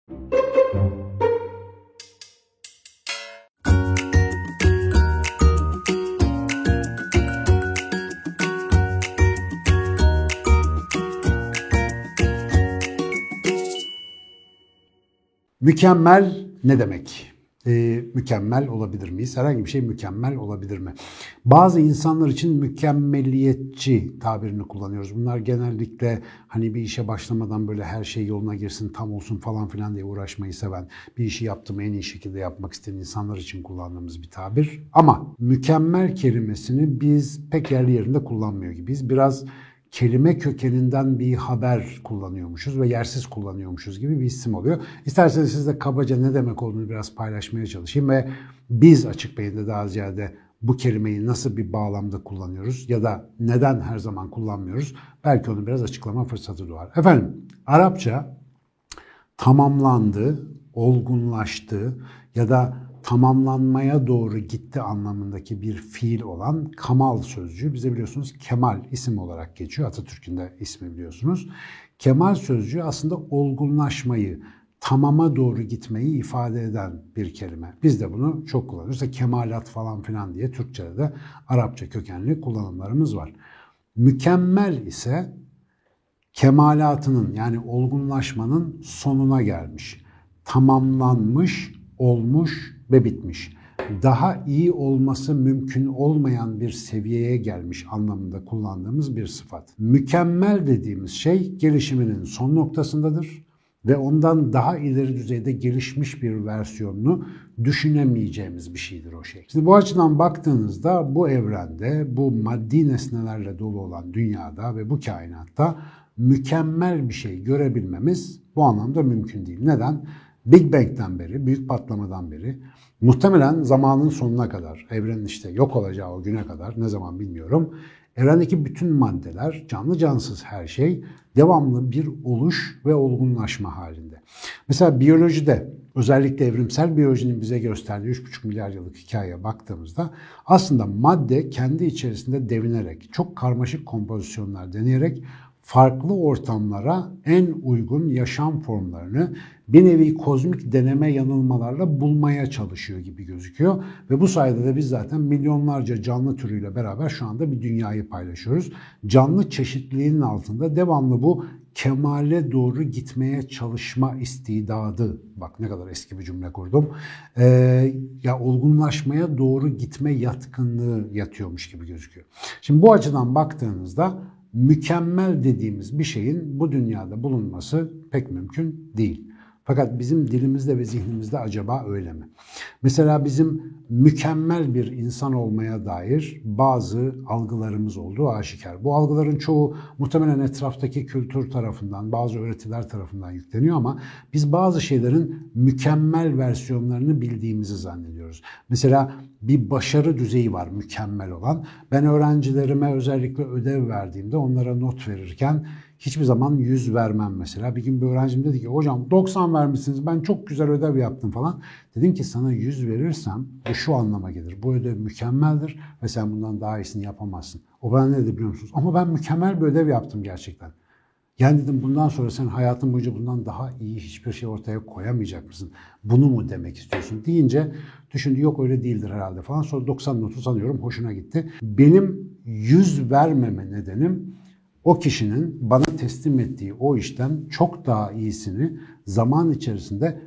Mükemmel ne demek? Mükemmel olabilir miyiz? Herhangi bir şey mükemmel olabilir mi? Bazı insanlar için mükemmeliyetçi tabirini kullanıyoruz. Bunlar genellikle hani bir işe başlamadan böyle her şey yoluna girsin, tam olsun falan filan diye uğraşmayı seven, bir işi yaptığımı en iyi şekilde yapmak isteyen insanlar için kullandığımız bir tabir. Ama mükemmel kelimesini biz pek yerli yerinde kullanmıyor gibiyiz. Biraz kelime kökeninden bir haber kullanıyormuşuz ve yersiz kullanıyormuşuz gibi bir isim oluyor. İsterseniz sizle kabaca ne demek olduğunu biraz paylaşmaya çalışayım ve biz Açık Beyin'de daha ziyade bu kelimeyi nasıl bir bağlamda kullanıyoruz ya da neden her zaman kullanmıyoruz? Belki onu biraz açıklama fırsatı doğar. Efendim, Arapça tamamlandı, olgunlaştı ya da tamamlanmaya doğru gitti anlamındaki bir fiil olan kamal sözcüğü bize biliyorsunuz kemal isim olarak geçiyor. Atatürk'ün de ismi biliyorsunuz. Kemal sözcüğü aslında olgunlaşmayı, tamama doğru gitmeyi ifade eden bir kelime. Biz de bunu çok kullanıyoruz. Kemalat falan filan diye Türkçe'de de Arapça kökenli kullanımlarımız var. Mükemmel ise kemalatının yani olgunlaşmanın sonuna gelmiş, tamamlanmış, olmuş ve bitmiş. Daha iyi olması mümkün olmayan bir seviyeye gelmiş anlamında kullandığımız bir sıfat. Mükemmel dediğimiz şey gelişiminin son noktasındadır ve ondan daha ileri düzeyde gelişmiş bir versiyonunu düşünemeyeceğimiz bir şeydir o şey. Şimdi bu açıdan baktığınızda bu evrende, bu maddi nesnelerle dolu olan dünyada ve bu kainatta mükemmel bir şey görebilmemiz bu anlamda mümkün değil. Neden? Big Bang'den beri, büyük patlamadan beri, muhtemelen zamanın sonuna kadar, evrenin işte yok olacağı o güne kadar, ne zaman bilmiyorum, evrendeki bütün maddeler, canlı cansız her şey devamlı bir oluş ve olgunlaşma halinde. Mesela biyolojide, özellikle evrimsel biyolojinin bize gösterdiği 3,5 milyar yıllık hikayeye baktığımızda aslında madde kendi içerisinde devinerek, çok karmaşık kompozisyonlar deneyerek farklı ortamlara en uygun yaşam formlarını bir nevi kozmik deneme yanılmalarla bulmaya çalışıyor gibi gözüküyor. Ve bu sayede de biz zaten milyonlarca canlı türüyle beraber şu anda bir dünyayı paylaşıyoruz. Canlı çeşitliliğinin altında devamlı bu kemale doğru gitmeye çalışma istidadı, bak ne kadar eski bir cümle kurdum, ya olgunlaşmaya doğru gitme yatkınlığı yatıyormuş gibi gözüküyor. Şimdi bu açıdan baktığınızda mükemmel dediğimiz bir şeyin bu dünyada bulunması pek mümkün değil. Fakat bizim dilimizde ve zihnimizde acaba öyle mi? Mesela bizim mükemmel bir insan olmaya dair bazı algılarımız olduğu aşikar. Bu algıların çoğu muhtemelen etraftaki kültür tarafından, bazı öğretiler tarafından yükleniyor ama biz bazı şeylerin mükemmel versiyonlarını bildiğimizi zannediyoruz. Mesela bir başarı düzeyi var mükemmel olan. Ben öğrencilerime özellikle ödev verdiğimde onlara not verirken hiçbir zaman 100 vermem mesela. Bir gün bir öğrencim dedi ki hocam 90 vermişsiniz, ben çok güzel ödev yaptım falan. Dedim ki sana 100 verirsem bu şu anlama gelir: bu ödev mükemmeldir ve sen bundan daha iyisini yapamazsın. O bana ne dedi biliyor musunuz? Ama ben mükemmel bir ödev yaptım gerçekten. Yani dedim bundan sonra sen hayatın boyunca bundan daha iyi hiçbir şey ortaya koyamayacak mısın? Bunu mu demek istiyorsun deyince düşündü, yok öyle değildir herhalde falan. Sonra 90 notu sanıyorum hoşuna gitti. Benim 100 vermeme nedenim o kişinin bana teslim ettiği o işten çok daha iyisini zaman içerisinde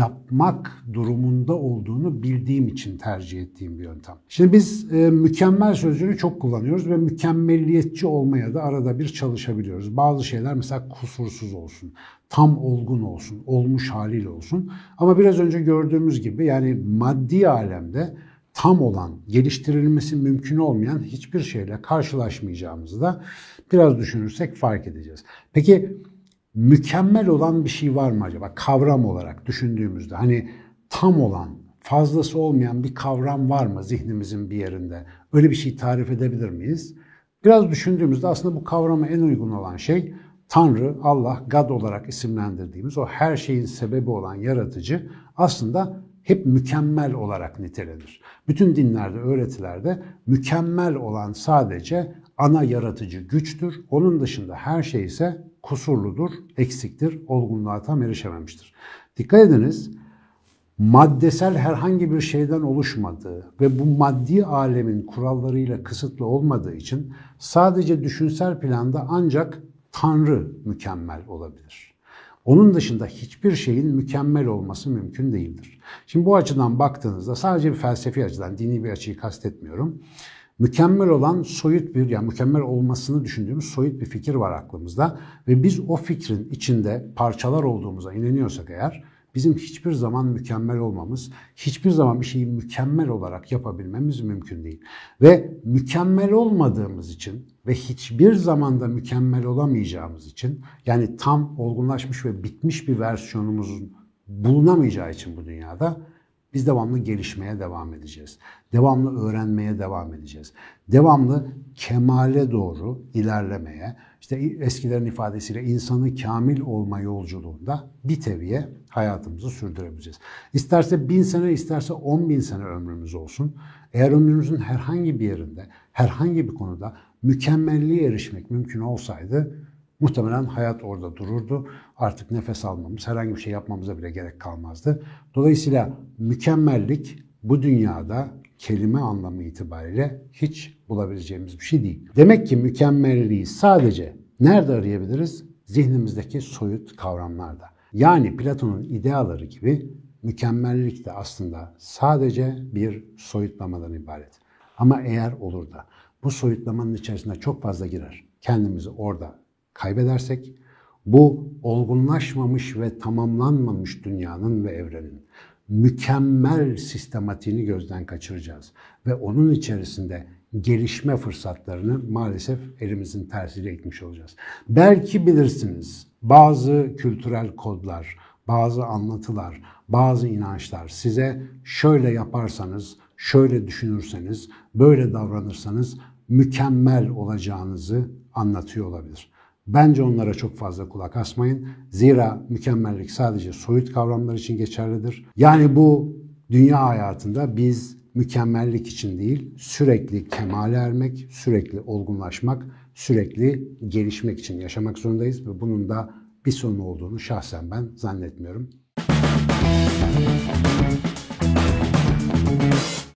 yapmak durumunda olduğunu bildiğim için tercih ettiğim bir yöntem. Şimdi biz mükemmel sözcüğünü çok kullanıyoruz ve mükemmeliyetçi olmaya da arada bir çalışabiliyoruz. Bazı şeyler mesela kusursuz olsun, tam olgun olsun, olmuş haliyle olsun. Ama biraz önce gördüğümüz gibi yani maddi alemde tam olan, geliştirilmesi mümkün olmayan hiçbir şeyle karşılaşmayacağımızı da biraz düşünürsek fark edeceğiz. Peki mükemmel olan bir şey var mı acaba kavram olarak düşündüğümüzde? Hani tam olan, fazlası olmayan bir kavram var mı zihnimizin bir yerinde? Öyle bir şey tarif edebilir miyiz? Biraz düşündüğümüzde aslında bu kavrama en uygun olan şey Tanrı, Allah, God olarak isimlendirdiğimiz o her şeyin sebebi olan yaratıcı aslında hep mükemmel olarak nitelenir. Bütün dinlerde, öğretilerde mükemmel olan sadece ana yaratıcı güçtür. Onun dışında her şey ise kusurludur, eksiktir, olgunluğa tam erişememiştir. Dikkat ediniz, maddesel herhangi bir şeyden oluşmadığı ve bu maddi alemin kurallarıyla kısıtlı olmadığı için sadece düşünsel planda ancak Tanrı mükemmel olabilir. Onun dışında hiçbir şeyin mükemmel olması mümkün değildir. Şimdi bu açıdan baktığınızda sadece bir felsefi açıdan, dini bir açıyı kastetmiyorum. Mükemmel olan soyut bir, yani mükemmel olmasını düşündüğümüz soyut bir fikir var aklımızda ve biz o fikrin içinde parçalar olduğumuza inanıyorsak eğer, bizim hiçbir zaman mükemmel olmamız, hiçbir zaman bir şeyi mükemmel olarak yapabilmemiz mümkün değil. Ve mükemmel olmadığımız için ve hiçbir zamanda mükemmel olamayacağımız için, yani tam olgunlaşmış ve bitmiş bir versiyonumuzun bulunamayacağı için bu dünyada biz devamlı gelişmeye devam edeceğiz. Devamlı öğrenmeye devam edeceğiz. Devamlı kemale doğru ilerlemeye, işte eskilerin ifadesiyle insanı kamil olma yolculuğunda bir teviye hayatımızı sürdürebileceğiz. İsterse 1000 sene, isterse 10.000 sene ömrümüz olsun. Eğer ömrümüzün herhangi bir yerinde, herhangi bir konuda mükemmelliğe erişmek mümkün olsaydı, muhtemelen hayat orada dururdu. Artık nefes almamız, herhangi bir şey yapmamıza bile gerek kalmazdı. Dolayısıyla mükemmellik bu dünyada kelime anlamı itibariyle hiç bulabileceğimiz bir şey değil. Demek ki mükemmelliği sadece nerede arayabiliriz? Zihnimizdeki soyut kavramlarda. Yani Platon'un ideaları gibi mükemmellik de aslında sadece bir soyutlamadan ibaret. Ama eğer olur da bu soyutlamanın içerisine çok fazla girer, kendimizi orada kaybedersek, bu olgunlaşmamış ve tamamlanmamış dünyanın ve evrenin mükemmel sistematiğini gözden kaçıracağız. Ve onun içerisinde gelişme fırsatlarını maalesef elimizin tersiyle itmiş olacağız. Belki bilirsiniz, bazı kültürel kodlar, bazı anlatılar, bazı inançlar size şöyle yaparsanız, şöyle düşünürseniz, böyle davranırsanız mükemmel olacağınızı anlatıyor olabilir. Bence onlara çok fazla kulak asmayın. Zira mükemmellik sadece soyut kavramlar için geçerlidir. Yani bu dünya hayatında biz mükemmellik için değil, sürekli kemale ermek, sürekli olgunlaşmak, sürekli gelişmek için yaşamak zorundayız ve bunun da bir sonu olduğunu şahsen ben zannetmiyorum.